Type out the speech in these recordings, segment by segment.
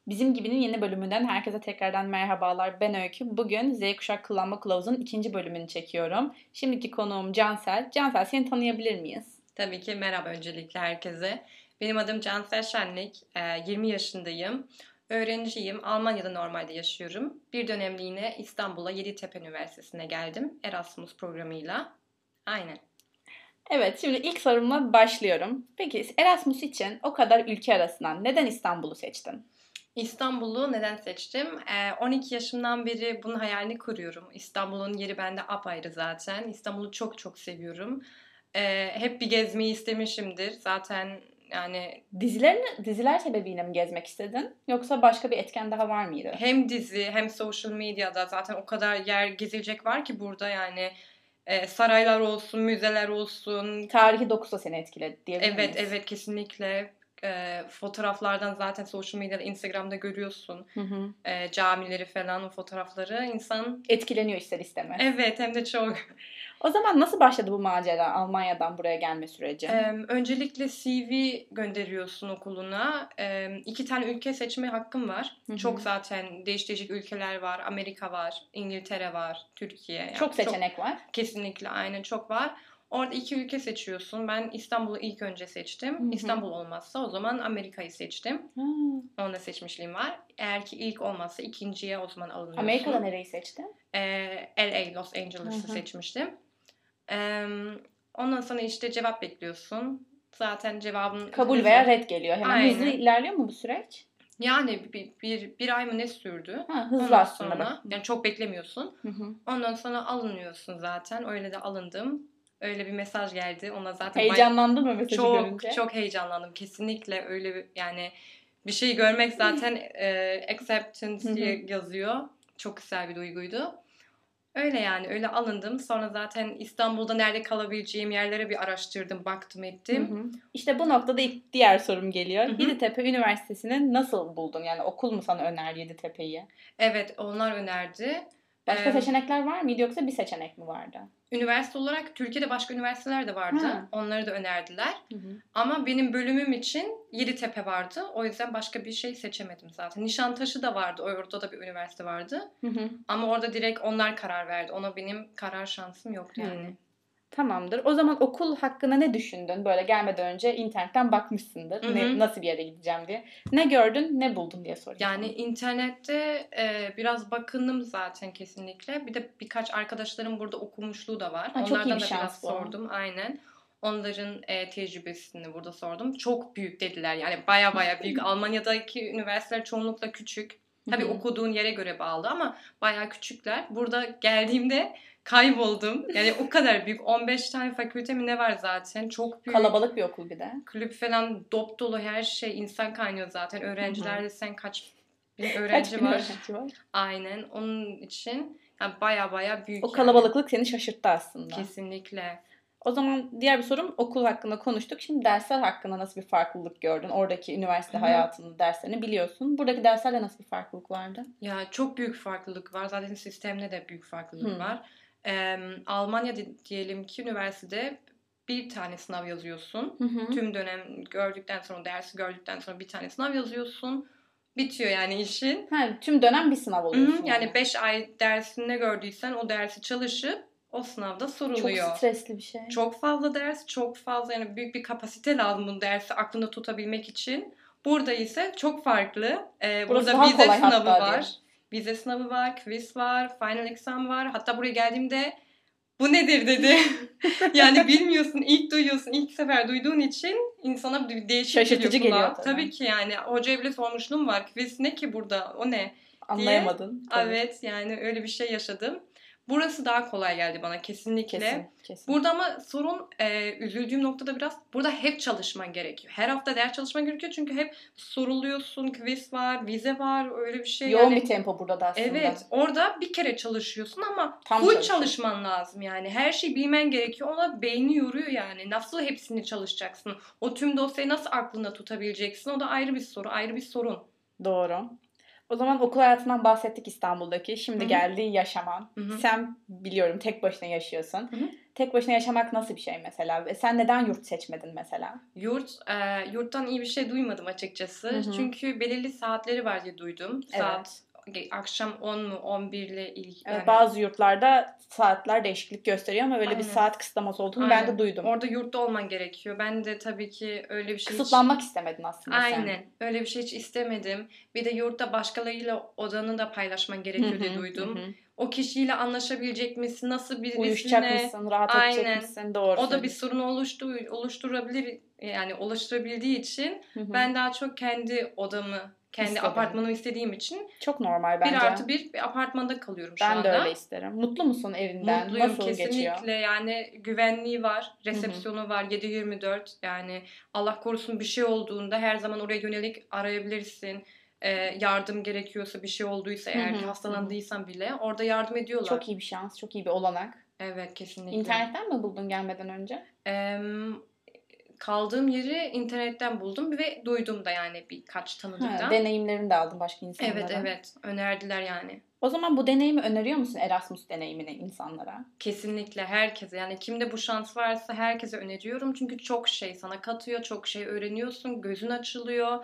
Bizim Gibi'nin yeni bölümünden herkese tekrardan merhabalar. Ben Öykü. Bugün Z Kuşak Kullanma Kılavuzu'nun 2. bölümünü çekiyorum. Şimdiki konuğum Cansel. Cansel, seni tanıyabilir miyiz? Tabii ki merhaba öncelikle herkese. Benim adım Cansel Şenlik. 20 yaşındayım. Öğrenciyim. Almanya'da normalde yaşıyorum. Bir dönemliğine İstanbul'a Yeditepe Üniversitesi'ne geldim. Erasmus programıyla. Aynen. Evet, şimdi ilk sorumla başlıyorum. Peki Erasmus için o kadar ülke arasından neden İstanbul'u seçtin? İstanbul'u neden seçtim? 12 yaşımdan beri bunun hayalini kuruyorum. İstanbul'un yeri bende apayrı zaten. İstanbul'u çok çok seviyorum. Hep bir gezmeyi istemişimdir. Zaten yani Diziler sebebiyle mi gezmek istedin? Yoksa başka bir etken daha var mıydı? hem dizi hem social medyada zaten o kadar yer gezilecek var ki burada yani saraylar olsun, müzeler olsun. Tarihi dokusu da seni etkiledi diyebilir miyiz? Evet kesinlikle. Fotoğraflardan zaten social medyada, Instagram'da görüyorsun. Camileri falan, o fotoğrafları insan etkileniyor ister istemez. Evet, hem de çok. O zaman nasıl başladı bu macera, Almanya'dan buraya gelme süreci? Öncelikle CV gönderiyorsun okuluna. 2 tane ülke seçme hakkım var. Çok zaten değişik ülkeler var. Amerika var, İngiltere var, Türkiye. Yani çok seçenek var. Kesinlikle, aynen, çok var. Orada 2 ülke seçiyorsun. Ben İstanbul'u ilk önce seçtim. İstanbul olmazsa o zaman Amerika'yı seçtim. Onu da seçmişliğim var. Eğer ki ilk olmazsa ikinciye o zaman alınıyorsun. Amerika'da nereyi seçtin? LA, Los Angeles'ı seçmiştim. Ondan sonra işte cevap bekliyorsun. Zaten cevabın... Kabul veya red geliyor. Hemen hızlı ilerliyor mu bu süreç? Yani bir ay mı ne sürdü? Hızlı ondan aslında. Sonra, yani çok beklemiyorsun. Ondan sonra alınıyorsun zaten. Öyle de alındım. Öyle bir mesaj geldi. Ona zaten heyecanlandın mı mesajı görünce? Çok heyecanlandım. Kesinlikle öyle yani bir şey görmek zaten acceptance diye yazıyor. Çok güzel bir duyguydu. Öyle yani, öyle alındım. Sonra zaten İstanbul'da nerede kalabileceğim yerlere bir araştırdım, baktım, ettim. İşte bu noktada ilk diğer sorum geliyor. Yeditepe Üniversitesi'ni nasıl buldun? Yani okul mu sana önerdi Yeditepe'yi? Evet, onlar önerdi. Başka seçenekler var mıydı yoksa bir seçenek mi vardı? Üniversite olarak Türkiye'de başka üniversiteler de vardı. Onları da önerdiler. Ama benim bölümüm için Yeditepe vardı. O yüzden başka bir şey seçemedim zaten. Nişantaşı da vardı. Orada da bir üniversite vardı. Ama orada direkt onlar karar verdi. Ona benim karar şansım yoktu yani. Tamamdır. O zaman okul hakkında ne düşündün? Böyle gelmeden önce internetten bakmışsındır. Nasıl bir yere gideceğim diye. Ne gördün, ne buldun diye sorayım. Yani internette biraz bakındım zaten kesinlikle. Bir de birkaç arkadaşlarım burada okumuşluğu da var. Onlardan da biraz sordum. Aynen. Onların tecrübesini burada sordum. Çok büyük dediler. Yani baya büyük. Almanya'daki üniversiteler çoğunlukla küçük. Tabii okuduğun yere göre bağlı ama baya küçükler. Burada geldiğimde kayboldum. Yani o kadar büyük. 15 tane fakülte mi ne var zaten. Çok büyük. Kalabalık bir okul bir de. Kulüp falan dop dolu, her şey. İnsan kaynıyor zaten. Öğrencilerde sen kaç bin öğrenci var. Aynen. Onun için yani baya büyük. O kalabalıklık seni şaşırttı aslında. Kesinlikle. O zaman diğer bir sorum, okul hakkında konuştuk. Şimdi dersler hakkında nasıl bir farklılık gördün? Oradaki üniversite hayatının derslerini biliyorsun. Buradaki derslerde nasıl bir farklılık vardı? Ya çok büyük farklılık var. Zaten sistemde de büyük farklılık var. Almanya diyelim ki üniversitede bir tane sınav yazıyorsun. Tüm dönem gördükten sonra, dersi gördükten sonra bir tane sınav yazıyorsun. Bitiyor yani işin. Tüm dönem bir sınav oluyorsun. Yani 5 ay dersinde gördüysen o dersi çalışıp o sınavda soruluyor. Çok stresli bir şey. Çok fazla ders, çok fazla, yani büyük bir kapasite lazım bu dersi aklında tutabilmek için. Burada ise çok farklı. Burada vize sınavı var. Vize sınavı var, quiz var, final exam var. Hatta buraya geldiğimde bu nedir dedi. Yani bilmiyorsun, ilk duyuyorsun, ilk sefer duyduğun için insana bir değişik şaşırtıcı geliyor. Tabii ki yani hocaya bile sormuşluğum var. Quiz ne ki burada, o ne? Anlayamadın. Tabii. Evet, yani öyle bir şey yaşadım. Burası daha kolay geldi bana kesinlikle. Kesin. Burada ama sorun, üzüldüğüm noktada biraz, burada hep çalışman gerekiyor. Her hafta ders çalışman gerekiyor çünkü hep soruluyorsun, quiz var, vize var, öyle bir şey. Yoğun bir tempo burada da aslında. Evet, orada bir kere çalışıyorsun ama full çalışman lazım yani. Her şeyi bilmen gerekiyor. Ona beyni yoruyor yani. Nasıl hepsini çalışacaksın? O tüm dosyayı nasıl aklında tutabileceksin? O da ayrı bir soru, ayrı bir sorun. Doğru. O zaman okul hayatından bahsettik İstanbul'daki. Şimdi geldi yaşaman. Sen biliyorum tek başına yaşıyorsun. tek başına yaşamak nasıl bir şey mesela? Ve sen neden yurt seçmedin mesela? Yurttan iyi bir şey duymadım açıkçası. Hı-hı. Çünkü belirli saatleri var diye duydum. Saat akşam 10 mu 11 ile ilgili. Evet, bazı yurtlarda saatler değişiklik gösteriyor ama öyle bir saat kısıtlaması olduğunu ben de duydum. Orada yurtta olman gerekiyor. Ben de tabii ki öyle bir şey kısıtlanmak istemedin aslında sen. Aynen. Öyle bir şey hiç istemedim. Bir de yurtta başkalarıyla odanı da paylaşman gerekiyor diye duydum. O kişiyle anlaşabilecek misin? Nasıl birisine? Uyuşacak mısın? Rahat edecek misin? Doğru. O da bir sorun oluşturabilir, yani oluşturabildiği için ben daha çok kendi odamı, kendi apartmanımı istediğim için çok normal bence. 1+1 bir apartmanda kalıyorum şu anda. Ben de öyle isterim. Mutlu musun evinden? Mutluyum, nasıl kesinlikle geçiyor? Yani güvenliği var, resepsiyonu var 7/24, yani Allah korusun bir şey olduğunda her zaman oraya yönelik arayabilirsin. Yardım gerekiyorsa, bir şey olduysa eğer hastalandıysan bile orada yardım ediyorlar. Çok iyi bir şans, çok iyi bir olanak. Evet, kesinlikle. İnternetten mi buldun gelmeden önce? Kaldığım yeri internetten buldum ve duydum da yani birkaç tanıdıktan. Deneyimlerini de aldın başka insanlardan. Evet. Önerdiler yani. O zaman bu deneyimi öneriyor musun, Erasmus deneyimini insanlara? Kesinlikle herkese. Yani kimde bu şans varsa herkese öneriyorum. Çünkü çok şey sana katıyor, çok şey öğreniyorsun, gözün açılıyor.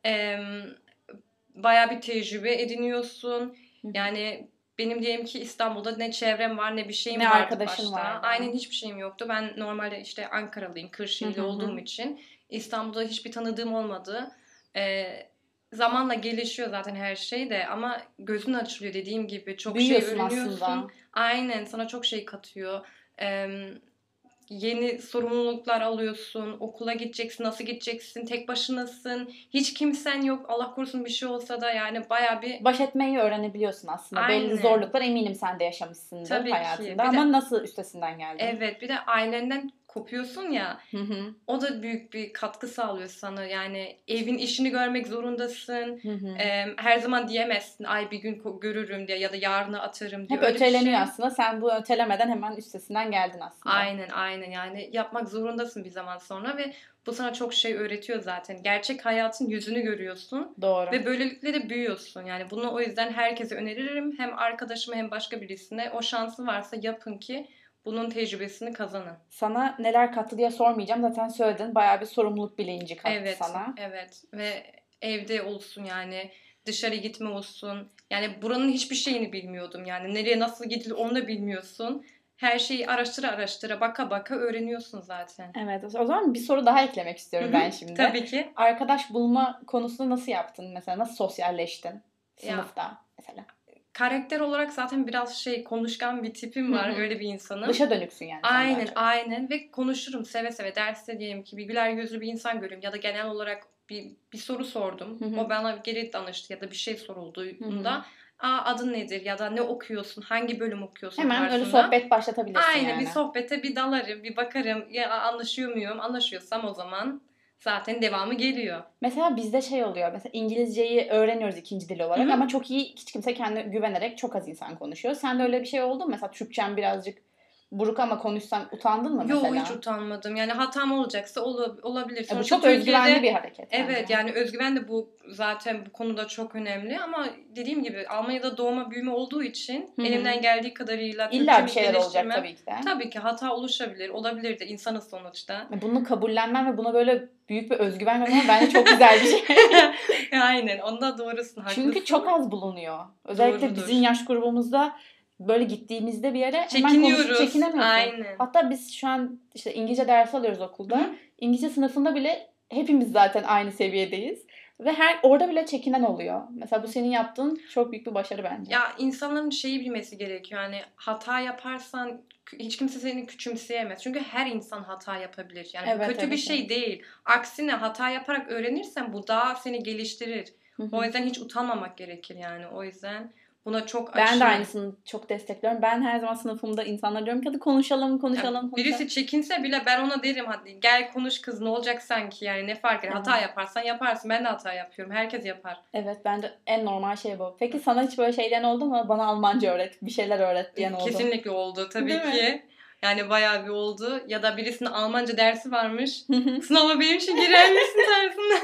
Bayağı bir tecrübe ediniyorsun. Yani benim diyelim ki İstanbul'da ne çevrem var ne bir şeyim vardı arkadaşın başta. Vardı. Aynen, hiçbir şeyim yoktu. Ben normalde işte Ankaralıyım, Kırşehirli olduğum için İstanbul'da hiçbir tanıdığım olmadı. Zamanla gelişiyor zaten her şey de ama gözün açılıyor dediğim gibi. Çok büyüyorsun şey öğreniyorsun. Aslında. Aynen, sana çok şey katıyor. Yeni sorumluluklar alıyorsun. Okula gideceksin. Nasıl gideceksin? Tek başınasın. Hiç kimsen yok. Allah korusun bir şey olsa da yani bayağı bir... Baş etmeyi öğrenebiliyorsun aslında. Aynen. Belli zorluklar eminim sen de yaşamışsındır tabii hayatında. Ama nasıl üstesinden geldin? Evet. Bir de ailenden kopuyorsun ya. O da büyük bir katkı sağlıyor sana. Yani evin işini görmek zorundasın. Her zaman diyemezsin. Ay bir gün görürüm diye ya da yarına atarım diye. Hep öteleniyor aslında. Sen bu ötelemeden hemen üstesinden geldin aslında. Aynen. Yani yapmak zorundasın bir zaman sonra ve bu sana çok şey öğretiyor zaten. Gerçek hayatın yüzünü görüyorsun. Doğru. Ve böylelikle de büyüyorsun. Yani bunu o yüzden herkese öneririm. Hem arkadaşıma hem başka birisine. O şansı varsa yapın ki bunun tecrübesini kazanın. Sana neler kattı diye sormayacağım. Zaten söyledin. Bayağı bir sorumluluk bilinci kattı sana. Evet. Ve evde olsun yani. Dışarı gitme olsun. Yani buranın hiçbir şeyini bilmiyordum. Yani nereye nasıl gidilir onu da bilmiyorsun. Her şeyi araştıra baka öğreniyorsun zaten. Evet. O zaman bir soru daha eklemek istiyorum ben şimdi. Tabii ki. Arkadaş bulma konusunu nasıl yaptın mesela? Nasıl sosyalleştin sınıfta mesela? Karakter olarak zaten biraz konuşkan bir tipim var. Öyle bir insanım. Dışa dönüksün yani. Aynen. Ve konuşurum seve seve. Derste diyelim ki bir güler yüzlü bir insan görüyorum. Ya da genel olarak bir soru sordum. O bana geri danıştı ya da bir şey sorulduğunda adın nedir ya da ne okuyorsun, hangi bölüm okuyorsun hemen tarzında. Öyle sohbet başlatabilirsin yani. Aynen, bir sohbete bir dalarım, bir bakarım. Ya anlaşıyor muyum? Anlaşıyorsam o zaman zaten devamı geliyor. Mesela bizde oluyor. Mesela İngilizceyi öğreniyoruz ikinci dil olarak ama çok iyi, hiç kimse kendine güvenerek çok az insan konuşuyor. Sende öyle bir şey oldu mu? Mesela Türkçen birazcık buruk ama konuşsan utandın mı mesela? Yok, hiç utanmadım. Yani hatam olacaksa olabilir. Bu çok özgüvenli bir hareket. Evet yani özgüven de bu zaten bu konuda çok önemli ama dediğim gibi Almanya'da doğma büyüme olduğu için elimden geldiği kadarıyla İlla bir şeyler olacak tabii ki de. Tabii ki hata olabilir de insanız sonuçta. Bunu kabullenmen ve buna böyle büyük bir özgüven vermen bence çok güzel bir şey. Aynen, onda doğrusun, haklısın. Çünkü çok az bulunuyor. Özellikle bizim yaş grubumuzda böyle gittiğimizde bir yere çekiniyoruz. Hemen çekinemiyorsun. Aynen. Hatta biz şu an işte İngilizce dersi alıyoruz okulda. İngilizce sınıfında bile hepimiz zaten aynı seviyedeyiz. Ve orada bile çekinen oluyor. Mesela bu senin yaptığın çok büyük bir başarı bence. Ya insanların bilmesi gerekiyor. Yani hata yaparsan hiç kimse seni küçümseyemez. Çünkü her insan hata yapabilir. Yani kötü bir şey değil. Aksine hata yaparak öğrenirsen bu daha seni geliştirir. O yüzden hiç utanmamak gerekir yani. O yüzden buna çok açığım. Ben de aynısını çok destekliyorum. Ben her zaman sınıfımda insanlara diyorum ki hadi konuşalım. Yani birisi çekinse bile ben ona derim hadi gel konuş kız, ne olacak sanki, yani ne fark eder. Hata yaparsan yaparsın. Ben de hata yapıyorum. Herkes yapar. Evet, bence en normal şey bu. Peki sana hiç böyle şeyden oldu mu? Bana Almanca öğret, bir şeyler öğret diyen oldu. Kesinlikle oldu tabii ki. Yani bayağı bir oldu. Ya da birisinin Almanca dersi varmış. Sınava benim için girer misin tarzında.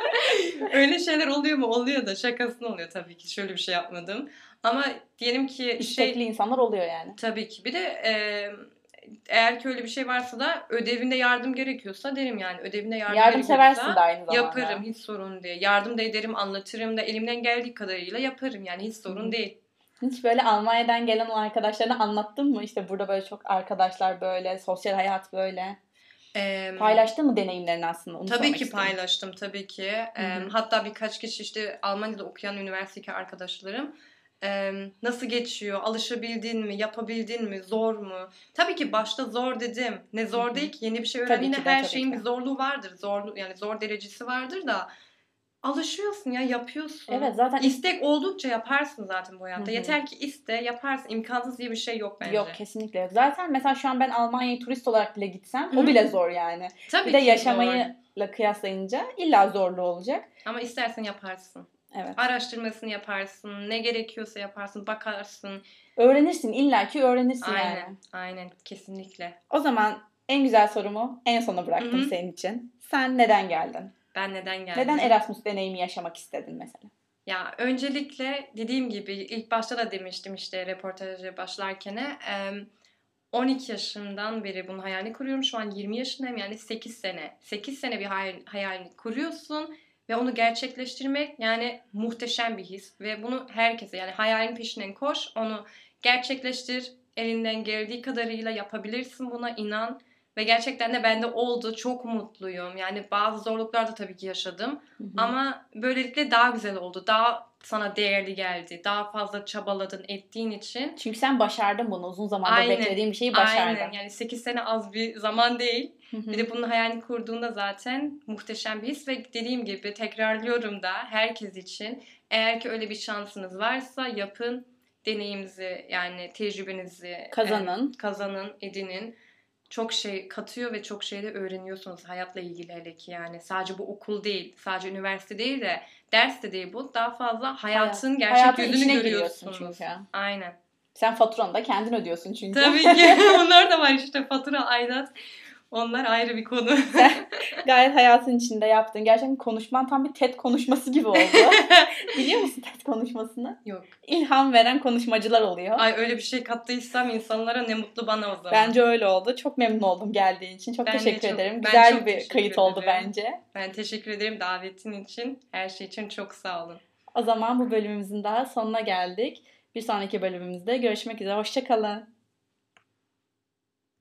Öyle şeyler oluyor mu? Oluyor da şakasına oluyor tabii ki. Şöyle bir şey yapmadım. Ama diyelim ki İstekli insanlar oluyor yani. Tabii ki. Bir de eğer ki öyle bir şey varsa da ödevinde yardım gerekiyorsa derim yani. Ödevinde yardım seversin de aynı zamanda. Yaparım, hiç sorun değil. Yardım da ederim, anlatırım da, elimden geldiği kadarıyla yaparım yani, hiç sorun değil. Hiç böyle Almanya'dan gelen o arkadaşlarına anlattın mı? İşte burada böyle çok arkadaşlar böyle, sosyal hayat böyle. Paylaştın mı deneyimlerini aslında? Onu tabii ki paylaştım, tabii ki. Hatta birkaç kişi işte Almanya'da okuyan üniversitedeki arkadaşlarım, nasıl geçiyor, alışabildin mi, yapabildin mi, zor mu? Tabii ki başta zor dedim. Ne zor değil ki, yeni bir şey öğrendiğinde her şeyin bir zorluğu vardır. Yani zor derecesi vardır da alışıyorsun ya, yapıyorsun. Evet, zaten istek oldukça yaparsın zaten bu hayatta. Yeter ki iste, yaparsın. İmkansız diye bir şey yok bence. Yok, kesinlikle yok. Zaten mesela şu an ben Almanya'ya turist olarak bile gitsem o bile zor yani. Tabii bir de yaşamayla kıyaslayınca illa zorlu olacak. Ama istersen yaparsın. Evet. Araştırmasını yaparsın. Ne gerekiyorsa yaparsın. Bakarsın. Öğrenirsin. illaki öğrenirsin aynen, yani. Aynen. Kesinlikle. O zaman en güzel sorumu en sona bıraktım senin için. Sen neden geldin? Ben neden geldim? Neden Erasmus deneyimi yaşamak istedin mesela? Ya öncelikle dediğim gibi ilk başta da demiştim işte röportaja başlarken 12 yaşımdan beri bunun hayalini kuruyorum. Şu an 20 yaşındayım, yani 8 sene. 8 sene bir hayalini kuruyorsun ve onu gerçekleştirmek yani muhteşem bir his. Ve bunu herkese, yani hayalin peşinden koş, onu gerçekleştir. Elinden geldiği kadarıyla yapabilirsin, buna inan. Ve gerçekten de bende oldu. Çok mutluyum. Yani bazı zorluklar da tabii ki yaşadım. Ama böylelikle daha güzel oldu. Daha sana değerli geldi. Daha fazla çabaladın, ettiğin için. Çünkü sen başardın bunu. Uzun zamandır beklediğin bir şeyi başardın. Aynen. Yani 8 sene az bir zaman değil. Bir de bunun hayalini kurduğunda zaten muhteşem bir his. Ve dediğim gibi tekrarlıyorum da herkes için. Eğer ki öyle bir şansınız varsa yapın. Deneyimizi, yani tecrübenizi kazanın, edinin. Çok şey katıyor ve çok şey de öğreniyorsunuz hayatla ilgili, hele ki yani. Sadece bu okul değil, sadece üniversite değil de, ders de değil bu. Daha fazla hayatın gerçek yüzünü görüyorsunuz. Çünkü. Aynen. Sen faturanı da kendin ödüyorsun çünkü. Tabii ki. Onlar da var işte, fatura, aidat. Onlar ayrı bir konu. Sen gayet hayatın içinde yaptın. Gerçekten konuşman tam bir TED konuşması gibi oldu. Biliyor musun TED konuşmasını? Yok. İlham veren konuşmacılar oluyor. Ay, öyle bir şey kattıysam insanlara ne mutlu bana o zaman. Bence öyle oldu. Çok memnun oldum geldiğin için. Çok teşekkür ederim. Güzel bir kayıt oldu bence. Ben teşekkür ederim davetin için. Her şey için çok sağ olun. O zaman bu bölümümüzün daha sonuna geldik. Bir sonraki bölümümüzde görüşmek üzere. Hoşça kalın.